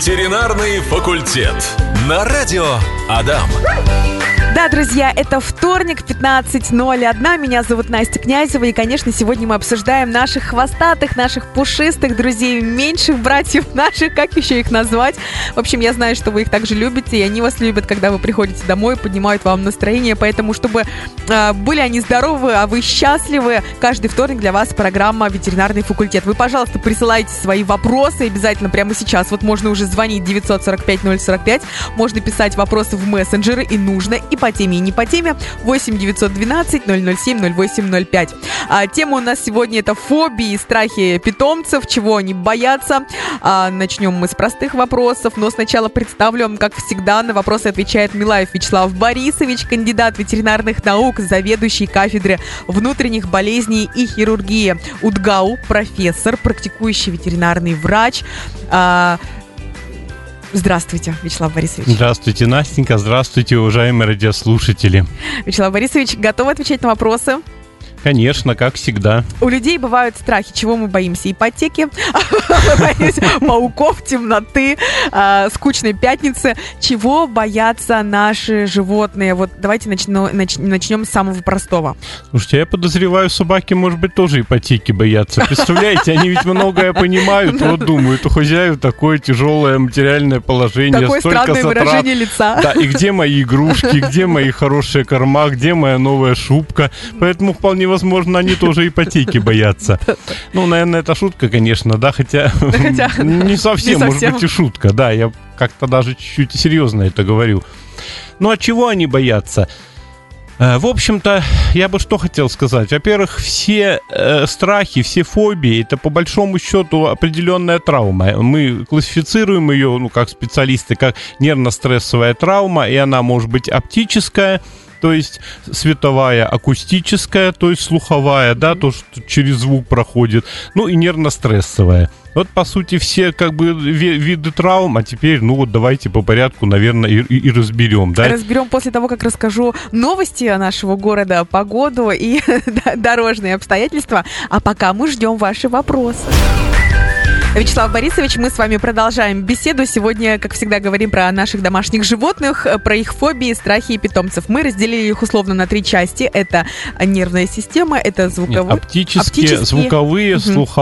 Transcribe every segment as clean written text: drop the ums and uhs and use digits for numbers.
Ветеринарный факультет. На радио Адам. Да, друзья, это вторник, 15:01. Меня зовут Настя Князева. И, конечно, сегодня мы обсуждаем наших хвостатых, наших пушистых друзей, меньших братьев наших, как еще их назвать. В общем, я знаю, что вы их также любите, и они вас любят, когда вы приходите домой, поднимают вам настроение. Поэтому, чтобы были они здоровы, а вы счастливы, каждый вторник для вас программа «Ветеринарный факультет». Вы, пожалуйста, присылайте свои вопросы обязательно прямо сейчас. Вот можно уже звонить 945-045, можно писать вопросы в мессенджеры, и нужно, и по теме, и не по теме. 8-912-007-08-05. Тема у нас сегодня — это фобии и страхи питомцев, чего они боятся. Начнем мы с простых вопросов, но сначала представлю вам, как всегда, на вопросы отвечает Милаев Вячеслав Борисович, кандидат ветеринарных наук, заведующий кафедры внутренних болезней и хирургии УДГАУ, профессор, практикующий ветеринарный врач. Здравствуйте, Вячеслав Борисович. Здравствуйте, Настенька. Здравствуйте, уважаемые радиослушатели. Вячеслав Борисович, готовы отвечать на вопросы? Конечно, как всегда. У людей бывают страхи. Чего мы боимся? Ипотеки, пауков, темноты, скучной пятницы. Чего боятся наши животные? Вот давайте начнем с самого простого. Слушайте, я подозреваю, собаки, может быть, тоже ипотеки боятся. Представляете, они ведь многое понимают. Вот думают, у хозяев такое тяжелое материальное положение. Такое странное выражение лица. Да, и где мои игрушки, где мои хорошие корма, где моя новая шубка. Поэтому вполне возможно, они тоже ипотеки боятся. Ну, наверное, это шутка, конечно, да, хотя не совсем, может быть, и шутка, да, я как-то даже чуть-чуть серьезно это говорю. Ну, а чего они боятся? В общем-то, я бы что хотел сказать. Во-первых, все страхи, все фобии — это по большому счету определенная травма. Мы классифицируем ее, ну, как специалисты, как нервно-стрессовая травма, и она может быть оптическая, то есть световая, акустическая, то есть слуховая, да, то, что через звук проходит, ну и нервно-стрессовая. Вот, по сути, все как бы виды травм, а теперь, ну вот давайте по порядку, наверное, и разберем, да? Разберем после того, как расскажу новости нашего города, погоду и дорожные обстоятельства, а пока мы ждем ваши вопросы. Вячеслав Борисович, мы с вами продолжаем беседу. Сегодня, как всегда, говорим про наших домашних животных, про их фобии, страхи и питомцев. Мы разделили их условно на 3 части. Это нервная система, это звуковые... Оптические, звуковые,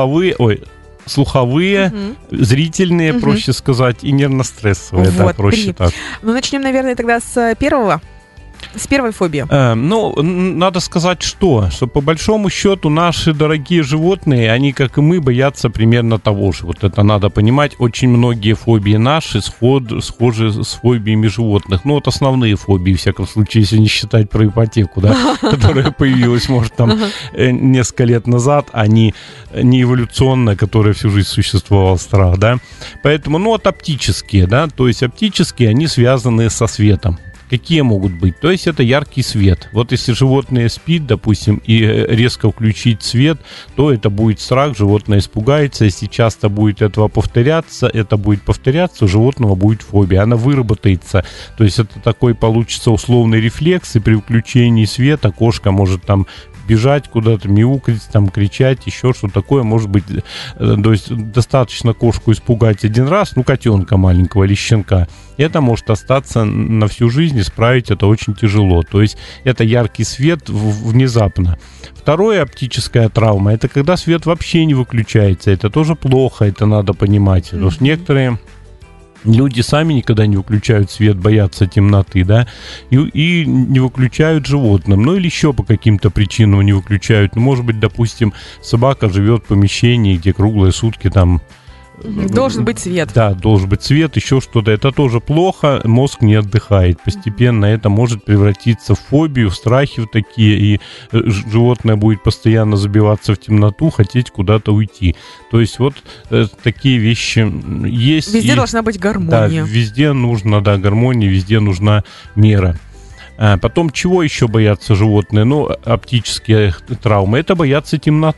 слуховые, зрительные, проще сказать, и нервно-стрессовые, вот, да, проще так. Ну, начнем, наверное, тогда с первого. С первой фобии. Ну, надо сказать, что по большому счету наши дорогие животные, они, как и мы, боятся примерно того же. Вот это надо понимать. Очень многие фобии наши схожи с фобиями животных. Ну, вот основные фобии, в всяком случае, если не считать про ипотеку, да, которая появилась, может, там несколько лет назад, а не эволюционная, которая всю жизнь существовал страх, да. Поэтому, ну, вот оптические, да, то есть оптические, они связаны со светом. Какие могут быть? То есть это яркий свет. Вот если животное спит, допустим, и резко включить свет, то это будет страх, животное испугается. Если часто будет этого повторяться, у животного будет фобия. Она выработается. То есть это такой получится условный рефлекс, и при включении света кошка может там бежать куда-то, мяукать, там, кричать, еще что такое может быть. То есть достаточно кошку испугать один раз, ну, котенка маленького или щенка. Это может остаться на всю жизнь, исправить это очень тяжело. То есть это яркий свет внезапно. Второе, оптическая травма, это когда свет вообще не выключается. Это тоже плохо, это надо понимать. Потому что некоторые люди сами никогда не выключают свет, боятся темноты, да, и не выключают животным, ну или еще по каким-то причинам не выключают. Ну, может быть, допустим, собака живет в помещении, где круглые сутки там... Должен быть свет. Да, должен быть свет, еще что-то. Это тоже плохо, мозг не отдыхает. Постепенно это может превратиться в фобию, в страхи в такие, и животное будет постоянно забиваться в темноту, хотеть куда-то уйти. То есть вот такие вещи есть. Везде должна быть гармония. Да, везде нужна, да, гармония, везде нужна мера. Потом, чего еще боятся животные? Ну, оптические травмы. Это боятся темноты.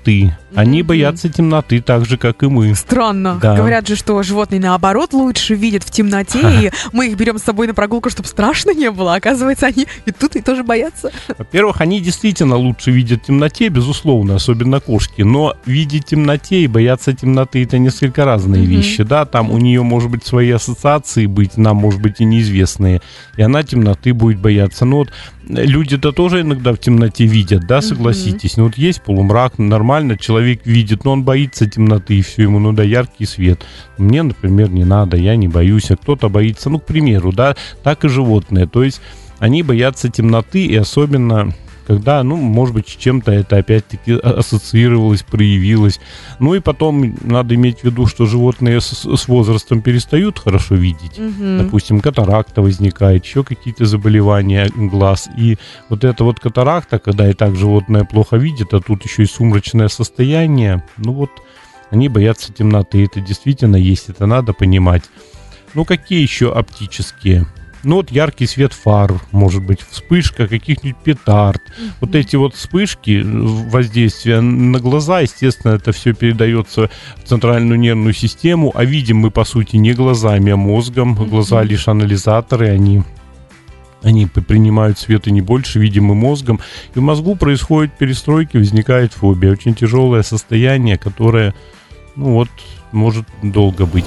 Они боятся темноты так же, как и мы. Странно. Да. Говорят же, что животные, наоборот, лучше видят в темноте, и мы их берем с собой на прогулку, чтобы страшно не было. Оказывается, они и тут и тоже боятся. Во-первых, они действительно лучше видят в темноте, безусловно, особенно кошки. Но видеть в темноте и бояться темноты — это несколько разные вещи. Да, там у нее, может быть, свои ассоциации быть, нам, может быть, и неизвестные. И она темноты будет бояться. Но вот люди-то тоже иногда в темноте видят, да, согласитесь. Ну вот есть полумрак, нормально, человек видит, но он боится темноты, и все, ему надо яркий свет. Мне, например, не надо, я не боюсь, а кто-то боится, ну, к примеру, да, так и животные. То есть они боятся темноты, и особенно когда, ну, может быть, с чем-то это опять-таки ассоциировалось, проявилось. Ну и потом надо иметь в виду, что животные с возрастом перестают хорошо видеть. Допустим, катаракта возникает, еще какие-то заболевания глаз. И вот эта вот катаракта, когда и так животное плохо видит, а тут еще и сумрачное состояние, ну вот они боятся темноты. Это действительно есть, это надо понимать. Ну какие еще оптические? Ну вот яркий свет фар, может быть, вспышка каких-нибудь петард. Вот эти вот вспышки, воздействия на глаза, естественно, это все передается в центральную нервную систему, а видим мы, по сути, не глазами, а мозгом. Глаза лишь анализаторы, они принимают свет и не больше, видим и мозгом. И в мозгу происходит перестройки, возникает фобия. Очень тяжелое состояние, которое, ну вот, может долго быть.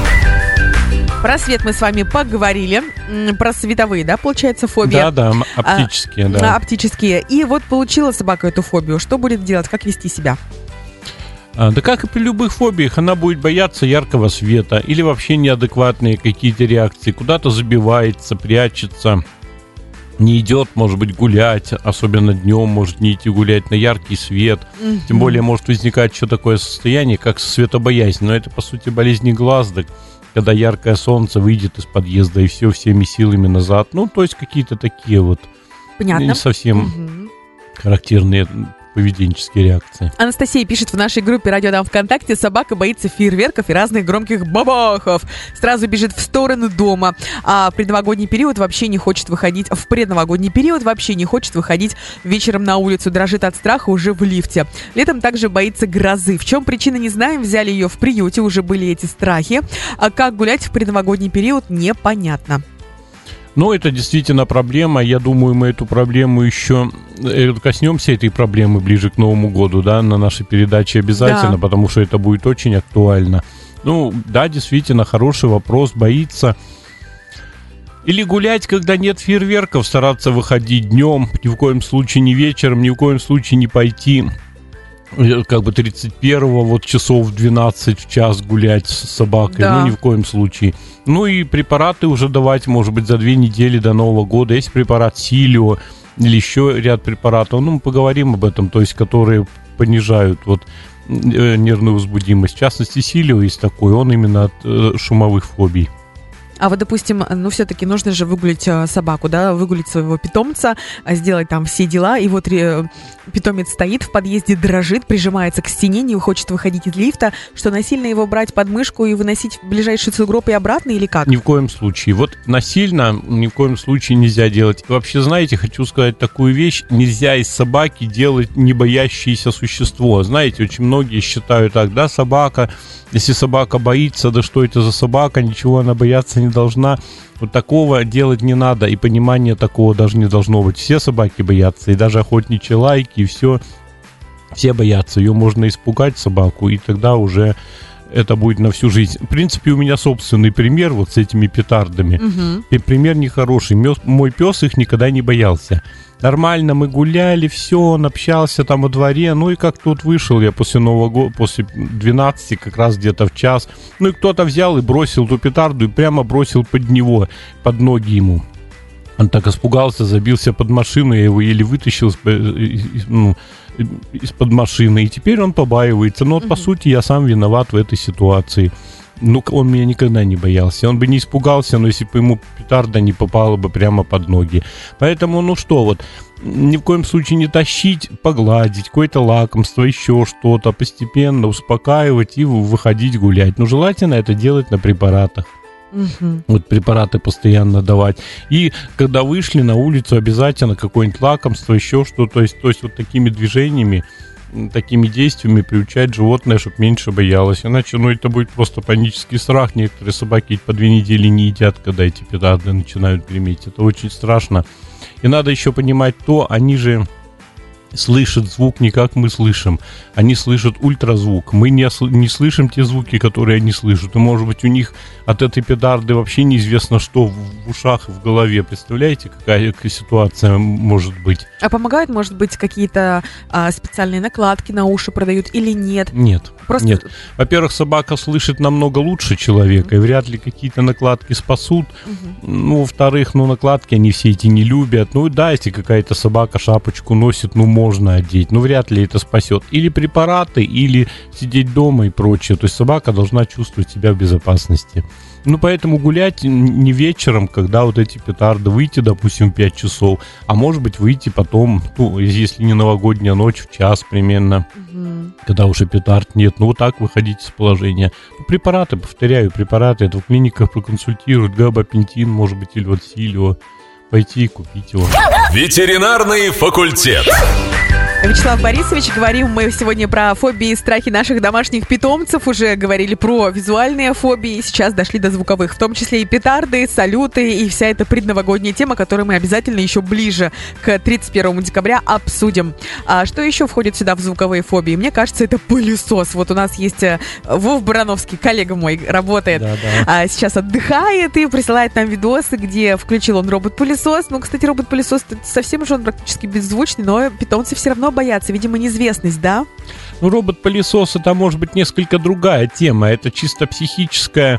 Про свет мы с вами поговорили. Про световые, да, получается, фобии? Да, оптические, да. Оптические. И вот получила собака эту фобию. Что будет делать? Как вести себя? Да как и при любых фобиях, она будет бояться яркого света или вообще неадекватные какие-то реакции. Куда-то забивается, прячется, не идет, может быть, гулять, особенно днем может не идти гулять на яркий свет. Тем более может возникать еще такое состояние, как светобоязнь. Но это, по сути, болезнь глаз, да, когда яркое солнце выйдет из подъезда и все всеми силами назад. Ну, то есть какие-то такие вот не совсем характерные поведенческие реакции. Анастасия пишет в нашей группе «Радио Адам ВКонтакте»: собака боится фейерверков и разных громких бабахов. Сразу бежит в сторону дома. А в предновогодний период вообще не хочет выходить. Вечером на улицу. Дрожит от страха уже в лифте. Летом также боится грозы. В чем причина, не знаем. Взяли ее в приюте, уже были эти страхи. А как гулять в предновогодний период, непонятно. Ну, это действительно проблема. Я думаю, мы эту проблему еще коснемся, этой проблемы ближе к Новому году, да, на нашей передаче обязательно, потому что это будет очень актуально. Ну, да, действительно, хороший вопрос. Боится. Или гулять, когда нет фейерверков, стараться выходить днем, ни в коем случае не вечером, ни в коем случае не пойти как бы 31-го, вот часов в 12 в час гулять с собакой, ну ни в коем случае. Ну и препараты уже давать, может быть, за 2 недели до Нового года. Есть препарат Силио или еще ряд препаратов, ну мы поговорим об этом, то есть которые понижают вот нервную возбудимость. В частности, Силио есть такой, он именно от шумовых фобий. А вот, допустим, ну, все-таки нужно же выгулить собаку, да, выгулить своего питомца, сделать там все дела, и вот питомец стоит в подъезде, дрожит, прижимается к стене, не хочет выходить из лифта, что насильно его брать под мышку и выносить в ближайший сугроб и обратно, или как? Ни в коем случае. Вот насильно ни в коем случае нельзя делать. Вообще, знаете, хочу сказать такую вещь: нельзя из собаки делать не боящееся существо. Знаете, очень многие считают так, да, собака, если собака боится, да что это за собака, ничего она бояться не должна. Вот такого делать не надо, и понимания такого даже не должно быть. Все собаки боятся, и даже охотничьи лайки, и все боятся. Ее можно испугать, собаку, и тогда уже это будет на всю жизнь. В принципе, у меня собственный пример вот с этими петардами. И пример нехороший. Мой пес их никогда не боялся. Нормально мы гуляли, все, он общался там во дворе. Ну и как тут вышел я после Нового года, после 12, как раз где-то в час. Ну и кто-то взял и бросил ту петарду, и прямо бросил под него, под ноги ему. Он так испугался, забился под машину, я его еле вытащил из-под машины. И теперь он побаивается. Но вот, по сути, я сам виноват в этой ситуации. Ну, он меня никогда не боялся. Он бы не испугался, но если бы ему петарда не попала бы прямо под ноги. Поэтому, ну что, вот, ни в коем случае не тащить, погладить, какое-то лакомство, еще что-то, постепенно успокаивать и выходить гулять. Но желательно это делать на препаратах. Вот препараты постоянно давать. И когда вышли на улицу, обязательно какое-нибудь лакомство, еще что-то. То есть вот такими движениями такими действиями приучать животное, чтобы меньше боялось. Иначе, это будет просто панический страх. Некоторые собаки по 2 недели не едят, когда эти петарды начинают греметь. Это очень страшно. И надо еще понимать они же слышат звук не как мы слышим. Они слышат ультразвук. Мы не слышим те звуки, которые они слышат. И, может быть, у них от этой петарды вообще неизвестно, что в ушах и в голове. Представляете, какая ситуация может быть? А помогают, может быть, какие-то специальные накладки на уши продают или нет? Нет. Просто... Нет. Во-первых, собака слышит намного лучше человека, и вряд ли какие-то накладки спасут. Во-вторых, накладки они все эти не любят. Да, если какая-то собака шапочку носит, можно одеть, но вряд ли это спасет. Или препараты, или сидеть дома и прочее. То есть собака должна чувствовать себя в безопасности. Поэтому гулять не вечером, когда вот эти петарды, выйти, допустим, в 5 часов, а может быть выйти потом, если не новогодняя ночь, в час примерно, когда уже петард нет. Вот так выходить из положения. Препараты, повторяю, это в клиниках проконсультируют, габапентин, может быть, или силио. Пойти и купить его. Ветеринарный факультет. Вячеслав Борисович, говорим мы сегодня про фобии и страхи наших домашних питомцев. Уже говорили про визуальные фобии, сейчас дошли до звуковых, в том числе и петарды, салюты и вся эта предновогодняя тема, которую мы обязательно еще ближе к 31 декабря обсудим. А что еще входит сюда в звуковые фобии? Мне кажется, это пылесос. Вот у нас есть Вов Барановский, коллега мой, работает, сейчас отдыхает и присылает нам видосы, где включил он робот-пылесос. Кстати, робот-пылесос совсем же он практически беззвучный, но питомцы все равно боятся, видимо, неизвестность, да? Робот-пылесос — это, может быть, несколько другая тема. Это чисто психический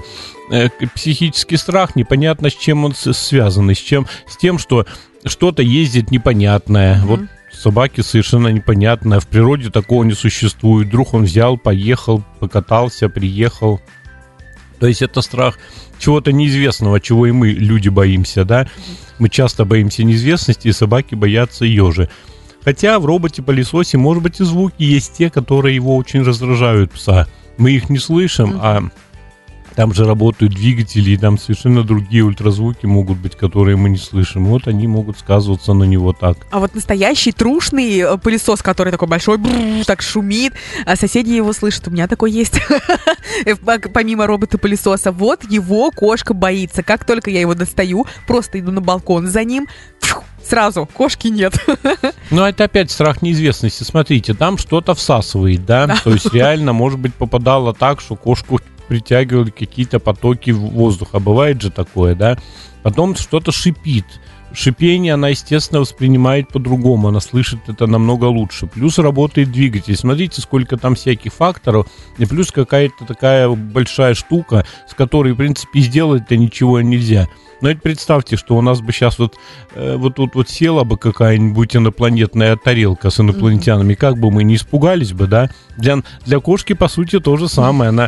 страх, непонятно, с чем он связан, с тем, что что-то ездит непонятное. Вот собаки совершенно непонятное. В природе такого не существует. Вдруг он взял, поехал, покатался, приехал. То есть это страх чего-то неизвестного, чего и мы, люди, боимся, да? Мы часто боимся неизвестности, и собаки боятся ее же. Хотя в роботе-пылесосе, может быть, и звуки есть те, которые его очень раздражают, пса. Мы их не слышим, а там же работают двигатели, и там совершенно другие ультразвуки могут быть, которые мы не слышим. Вот они могут сказываться на него так. А вот настоящий трушный пылесос, который такой большой, так шумит, а соседи его слышат. У меня такой есть, помимо робота-пылесоса. Вот его кошка боится. Как только я его достаю, просто иду на балкон за ним, сразу, кошки нет. Это опять страх неизвестности. Смотрите, там что-то всасывает, да? То есть реально, может быть, попадало так, что кошку притягивали какие-то потоки воздуха. Бывает же такое, да? Потом что-то шипит. Шипение она, естественно, воспринимает по-другому. Она слышит это намного лучше. Плюс работает двигатель. Смотрите, сколько там всяких факторов. И плюс какая-то такая большая штука, с которой, в принципе, сделать-то ничего нельзя. Но это представьте, что у нас бы сейчас вот тут села бы какая-нибудь инопланетная тарелка с инопланетянами. Как бы мы не испугались бы, да? Для кошки, по сути, то же самое. Она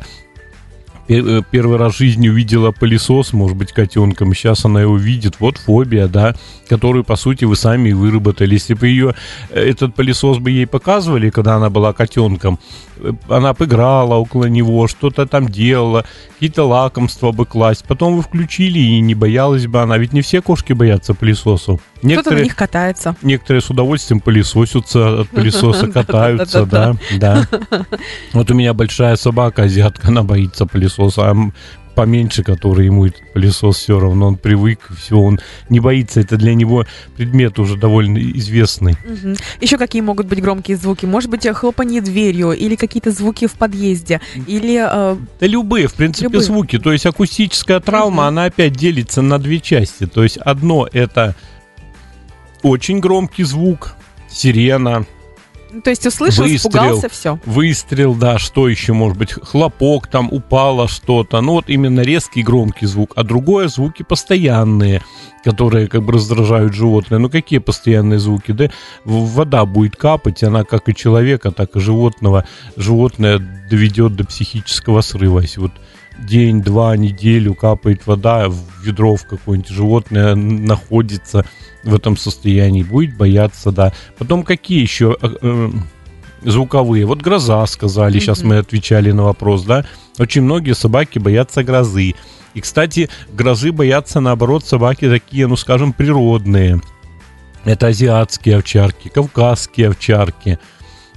первый раз в жизни увидела пылесос, может быть, котенком, и сейчас она его видит. Вот фобия, да, которую, по сути, вы сами и выработали. Если бы этот пылесос бы ей показывали, когда она была котенком, она бы играла около него, что-то там делала, какие-то лакомства бы класть. Потом вы включили, и не боялась бы она. Ведь не все кошки боятся пылесосов. Кто-то на них катается. Некоторые с удовольствием пылесосятся, от пылесоса катаются, да. Вот у меня большая собака, азиатка, она боится пылесоса, а поменьше, который ему этот пылесос все равно, он привык, все, он не боится, это для него предмет уже довольно известный. Еще какие могут быть громкие звуки? Может быть, хлопанье дверью, или какие-то звуки в подъезде, или... Да любые, в принципе, звуки. То есть акустическая травма, она опять делится на две части. То есть одно — это очень громкий звук, сирена. То есть услышал, испугался, все. Выстрел, да, что еще может быть? Хлопок, там упало что-то. Вот именно резкий громкий звук. А другое — звуки постоянные, которые как бы раздражают животное. Какие постоянные звуки? Да, вода будет капать, она как и человека, так и животное доведет до психического срыва. Если вот день, два, неделю капает вода в ведро в какое-нибудь, животное находится в этом состоянии, будет бояться, да. Потом какие еще звуковые? Вот гроза, сказали, сейчас мы отвечали на вопрос, да. Очень многие собаки боятся грозы. И, кстати, грозы боятся, наоборот, собаки такие, скажем, природные. Это азиатские овчарки, кавказские овчарки.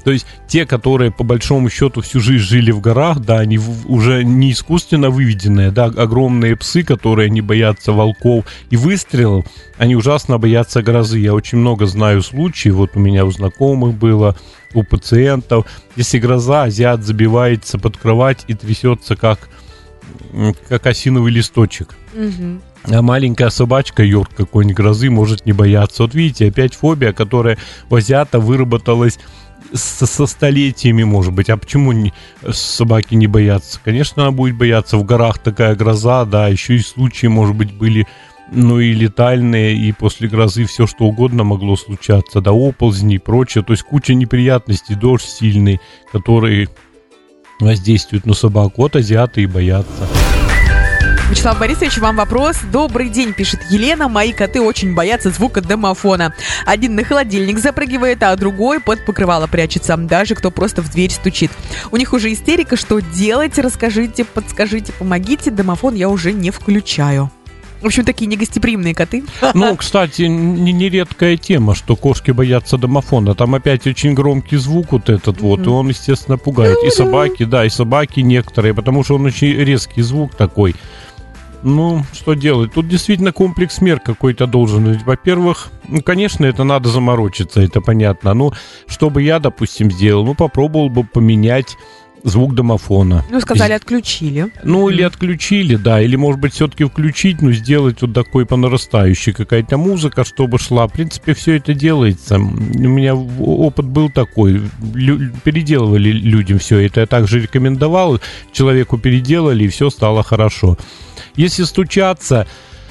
То есть те, которые по большому счету всю жизнь жили в горах, да, они уже не искусственно выведенные, да, огромные псы, которые не боятся волков и выстрелов, они ужасно боятся грозы. Я очень много знаю случаев, вот у меня у знакомых было, у пациентов. Если гроза, азиат забивается под кровать и трясется, как осиновый листочек. А маленькая собачка, Йорк какой-нибудь грозы, может не бояться. Вот видите, опять фобия, которая у азиата выработалась со столетиями, может быть. А почему собаки не боятся? Конечно, она будет бояться. В горах такая гроза, да, еще и случаи, может быть, были, ну, и летальные, и после грозы все что угодно могло случаться, да, оползни и прочее. То есть куча неприятностей, дождь сильный, который воздействует на собаку. Вот азиаты и боятся. Вячеслав Борисович, вам вопрос. Добрый день, пишет Елена. Мои коты очень боятся звука домофона. Один на холодильник запрыгивает, а другой под покрывало прячется. Даже кто просто в дверь стучит. У них уже истерика. Что делать? Расскажите, подскажите, помогите. Домофон я уже не включаю. В общем, такие негостеприимные коты. Ну, кстати, нередкая тема, что кошки боятся домофона. Там опять очень громкий звук вот этот вот, и он, естественно, пугает. И собаки, да, и собаки некоторые, потому что он очень резкий звук такой. Ну, что делать? Тут действительно комплекс мер какой-то должен быть. Во-первых, ну, конечно, это надо заморочиться, это понятно. Ну, что бы я, допустим, сделал? Ну, попробовал бы поменять звук домофона. Ну, сказали, отключили. Ну, или отключили, да. Или, может быть, все-таки включить, ну, сделать вот такой по нарастающей какая-то музыка, чтобы шла. В принципе, все это делается. У меня опыт был такой. Переделывали людям все это. Я также рекомендовал. Человеку переделали, и все стало хорошо. Если стучаться,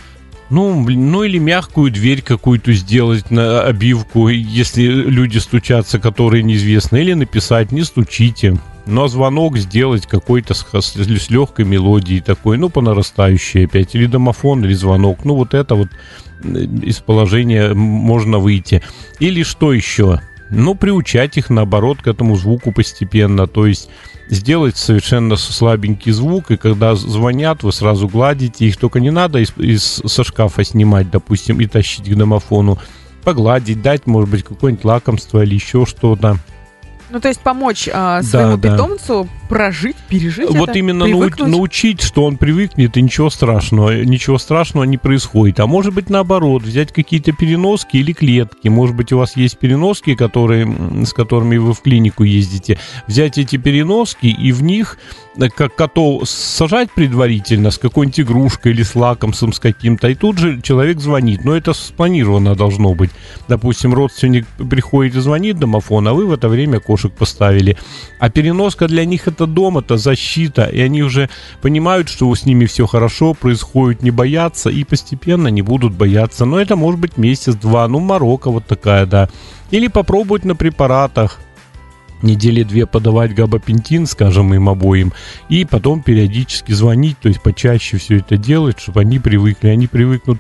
ну или мягкую дверь какую-то сделать на обивку, если люди стучатся, которые неизвестны, или написать «не стучите». Но звонок сделать какой-то с легкой мелодией такой, ну, по нарастающей опять, или домофон, или звонок. Ну, вот это вот из положения можно выйти. Или что еще? Ну, приучать их, наоборот, к этому звуку постепенно, то есть сделать совершенно слабенький звук, и когда звонят, вы сразу гладите их, только не надо со шкафа снимать, допустим, и тащить к домофону, погладить, дать, может быть, какое-нибудь лакомство или еще что-то. Ну, то есть помочь своему питомцу прожить, пережить вот это, именно научить, что он привыкнет, и ничего страшного не происходит. А может быть, наоборот, взять какие-то переноски или клетки. Может быть, у вас есть переноски, с которыми вы в клинику ездите. Взять эти переноски и в них, как котов, сажать предварительно с какой-нибудь игрушкой или с лакомством с каким-то, и тут же человек звонит. Но это спланировано должно быть. Допустим, родственник приходит и звонит в домофон, а вы в это время кошек поставили. А переноска для них это дом, это защита, и они уже понимают, что с ними все хорошо происходит, не боятся, и постепенно не будут бояться. Но это может быть месяц-два, ну, морока вот такая, да. Или попробовать на препаратах. Недели 2 подавать габапентин, скажем, им обоим, и потом периодически звонить, то есть почаще все это делать, чтобы они привыкли. Они привыкнут,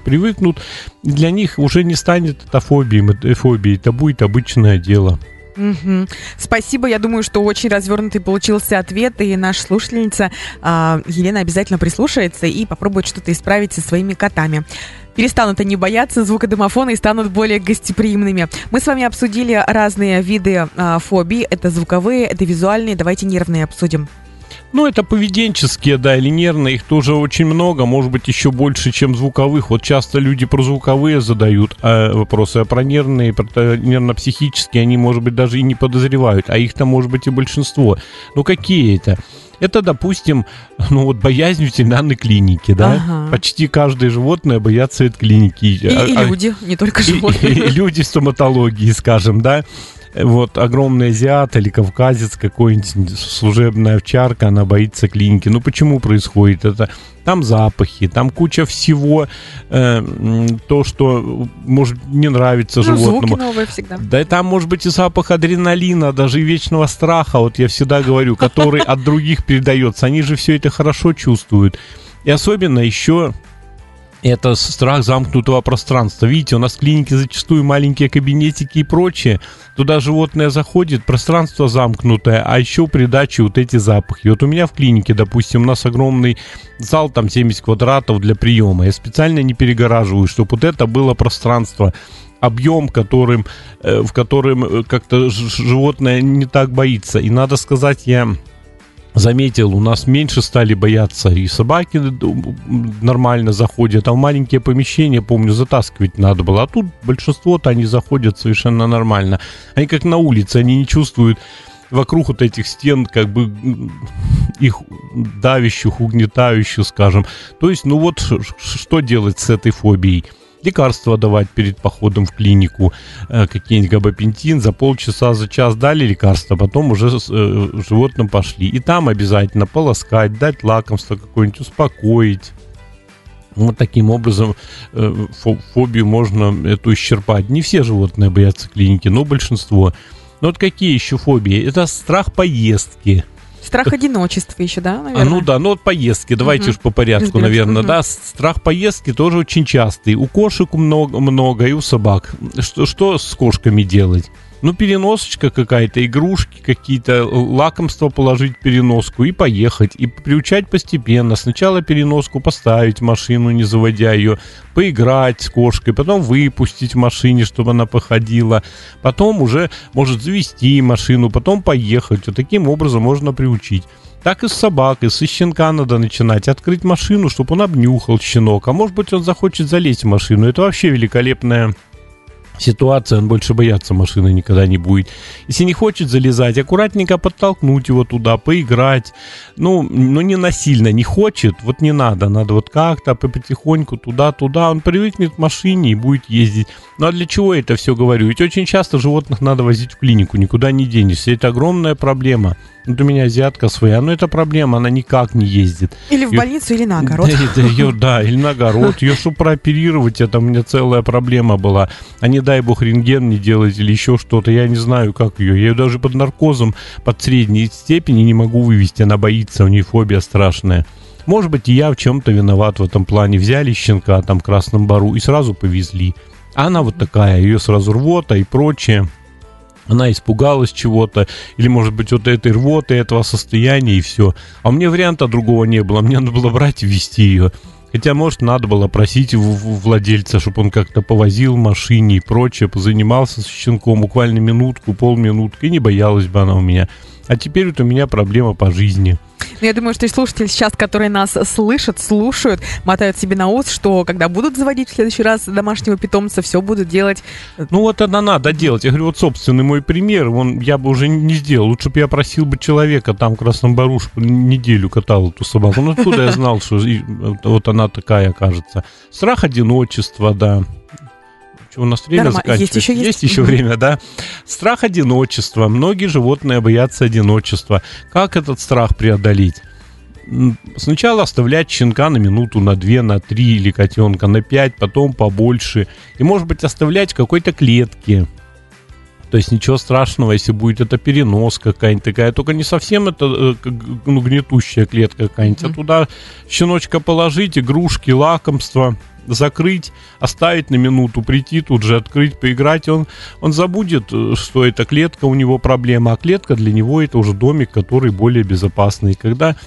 для них уже не станет это фобией, это будет обычное дело. Угу. Спасибо, я думаю, что очень развернутый получился ответ, и наша слушательница Елена обязательно прислушается и попробует что-то исправить со своими котами. Перестанут они бояться звука домофона и станут более гостеприимными. Мы с вами обсудили разные виды фобий. Это звуковые, это визуальные. Давайте нервные обсудим. Ну, это поведенческие, да, или нервные, их тоже очень много, может быть, еще больше, чем звуковых. Вот часто люди про звуковые задают вопросы, а про нервные, про нервно-психические они, может быть, даже и не подозревают, а их-то, может быть, и большинство. Ну, какие это? Это, допустим, ну вот боязнь ветеринарной клиники, да? Ага. Почти каждое животное боятся ветклиники. И люди, не только животные. И люди в стоматологии, скажем, да? Вот огромный азиат или кавказец, какой-нибудь служебная овчарка, она боится клиники. Ну почему происходит это? Там запахи, там куча всего, то, что может не нравиться животному. Звуки новые всегда. Да, и там может быть и запах адреналина, даже и вечного страха, вот я всегда говорю, который от других передается. Они же все это хорошо чувствуют. И особенно еще... это страх замкнутого пространства. Видите, у нас в клинике зачастую маленькие кабинетики и прочее. Туда животное заходит, пространство замкнутое, а еще придачи вот эти запахи. Вот у меня в клинике, допустим, у нас огромный зал, там 70 квадратов для приема. Я специально не перегораживаю, чтобы вот это было пространство объем, в котором как-то животное не так боится. И надо сказать, я заметил, у нас меньше стали бояться, и собаки нормально заходят, а в маленькие помещения, помню, затаскивать надо было. А тут большинство-то они заходят совершенно нормально. Они как на улице, они не чувствуют вокруг вот этих стен, как бы их давящих, угнетающих, скажем. То есть, ну вот, что делать с этой фобией? Лекарства давать перед походом в клинику, какие-нибудь габапентин, за полчаса, за час дали лекарства, потом уже животным пошли. И там обязательно полоскать, дать лакомство какое-нибудь, успокоить. Вот таким образом фобию можно эту исчерпать. Не все животные боятся клиники, но большинство. Но вот какие еще фобии? Это страх поездки. Страх одиночества еще, да, наверное? Ну да, ну вот поездки, давайте уж по порядку, наверное, да. Страх поездки тоже очень частый. У кошек много и у собак. Что с кошками делать? Ну, переносочка какая-то, игрушки какие-то, лакомства положить в переноску и поехать. И приучать постепенно. Сначала переноску поставить в машину, не заводя ее, поиграть с кошкой, потом выпустить в машине, чтобы она походила. Потом уже может завести машину, потом поехать. Вот таким образом можно приучить. Так и с собакой, со щенка надо начинать. Открыть машину, чтобы он обнюхал щенок. А может быть, он захочет залезть в машину. Это вообще великолепная ситуация, он больше бояться машины никогда не будет. Если не хочет залезать, аккуратненько подтолкнуть его туда, поиграть. Ну не насильно, не хочет, вот не надо. Надо вот как-то потихоньку туда-туда. Он привыкнет к машине и будет ездить. Ну а для чего я это все говорю? Ведь очень часто животных надо возить в клинику, никуда не денешься. Это огромная проблема. Вот у меня азиатка своя, но это проблема, она никак не ездит. Или в больницу, или на огород. Да, или на огород. Ее, чтобы прооперировать, это у меня целая проблема была. А не дай бог рентген не делать или еще что-то. Я не знаю, как ее. Я ее даже под наркозом, под средней степени не могу вывести. Она боится, у нее фобия страшная. Может быть, и я в чем-то виноват в этом плане. Взяли щенка там в Красном Бару и сразу повезли. А она вот такая, ее сразу рвота и прочее. Она испугалась чего-то, или, может быть, вот этой рвоты, этого состояния, и все. А мне варианта другого не было, мне надо было брать и везти ее. Хотя, может, надо было просить владельца, чтобы он как-то повозил в машине и прочее, позанимался с щенком буквально минутку, полминутки, и не боялась бы она у меня. А теперь вот у меня проблема по жизни. Я думаю, что и слушатели сейчас, которые нас слышат, слушают, мотают себе на ус, что когда будут заводить в следующий раз домашнего питомца, все будут делать. Ну вот это надо делать. Я говорю, вот собственный мой пример, я бы уже не сделал. Лучше бы я просил бы человека там в Красном Бару, чтобы неделю катал эту собаку. Ну откуда я знал, что вот она такая окажется. Страх одиночества, да. У нас время заканчивается. Есть еще время, да. Страх одиночества. Многие животные боятся одиночества. Как этот страх преодолеть? Сначала оставлять щенка на минуту, на 2, на 3 или котенка на 5, потом побольше. И, может быть, оставлять в какой-то клетке. То есть ничего страшного, если будет это переноска какая-нибудь такая. Только не совсем это гнетущая клетка какая-нибудь. А туда щеночка положить, игрушки, лакомства, закрыть, оставить на минуту, прийти тут же, открыть, поиграть. Он забудет, что это клетка, у него проблема, а клетка для него это уже домик, который более безопасный. Когда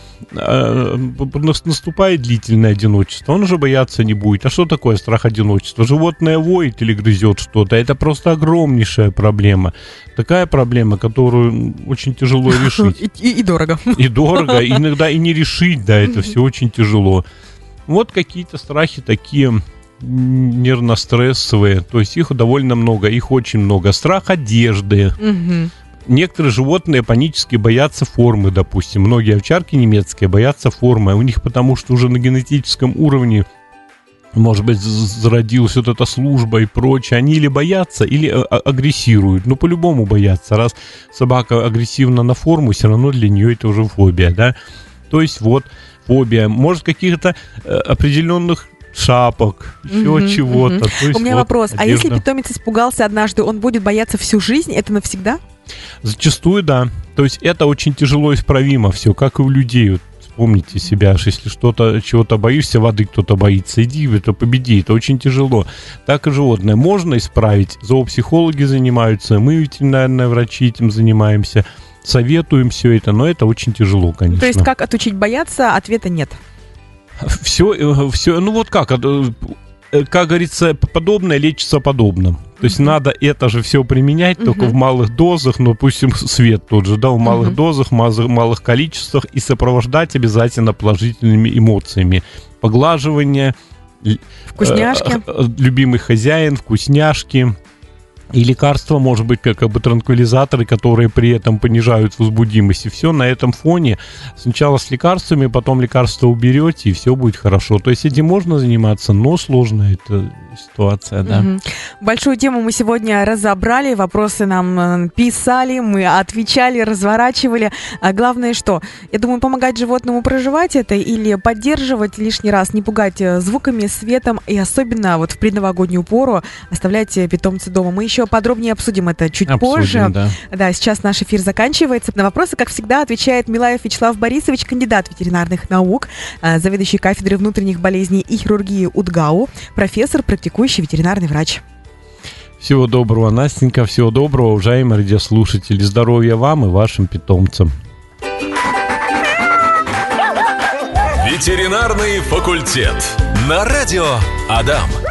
наступает длительное одиночество, он уже бояться не будет. А что такое страх одиночества? Животное воет или грызет что-то. Это просто огромнейшая проблема. Такая проблема, которую очень тяжело решить. И дорого. И дорого, иногда и не решить, да, это все очень тяжело. Вот какие-то страхи такие нервно-стрессовые. То есть их довольно много, их очень много. Страх одежды. Некоторые животные панически боятся формы, допустим. Многие овчарки немецкие боятся формы. У них потому что уже на генетическом уровне, может быть, зародилась вот эта служба и прочее. Они или боятся, или агрессируют. Но по-любому боятся. Раз собака агрессивна на форму, все равно для нее это уже фобия, да. То есть вот фобия. Может, каких-то определенных шапок, еще чего-то. У меня вопрос. Одежда. А если питомец испугался однажды, он будет бояться всю жизнь? Это навсегда? Зачастую, да. То есть это очень тяжело исправимо все, как и у людей. Вот вспомните себя, если чего-то боишься, воды кто-то боится, иди, это победи, это очень тяжело. Так и животное можно исправить. Зоопсихологи занимаются, мы, ветеринарные врачи, этим занимаемся. Советуем все это, но это очень тяжело, конечно. То есть как отучить бояться, ответа нет? Все, ну вот как говорится, подобное лечится подобным. То есть надо это же все применять, только в малых дозах, ну, допустим, свет тот же, да, в малых дозах, малых количествах, и сопровождать обязательно положительными эмоциями. Поглаживание, вкусняшки, любимый хозяин, вкусняшки. И лекарства, может быть, как бы транквилизаторы, которые при этом понижают возбудимость. И все на этом фоне. Сначала с лекарствами, потом лекарства уберете, и все будет хорошо. То есть этим можно заниматься, но сложная эта ситуация, да. Большую тему мы сегодня разобрали, вопросы нам писали, мы отвечали, разворачивали. А главное что? Я думаю, помогать животному проживать это или поддерживать лишний раз, не пугать звуками, светом, и особенно вот в предновогоднюю пору оставлять питомца дома. Мы еще подробнее обсудим это чуть позже. Да, сейчас наш эфир заканчивается. На вопросы, как всегда, отвечает Милаев Вячеслав Борисович, кандидат ветеринарных наук, заведующий кафедрой внутренних болезней и хирургии УДГАУ, профессор, практикующий ветеринарный врач. Всего доброго, Настенька, всего доброго, уважаемые радиослушатели. Здоровья вам и вашим питомцам. Ветеринарный факультет. На радио Адам.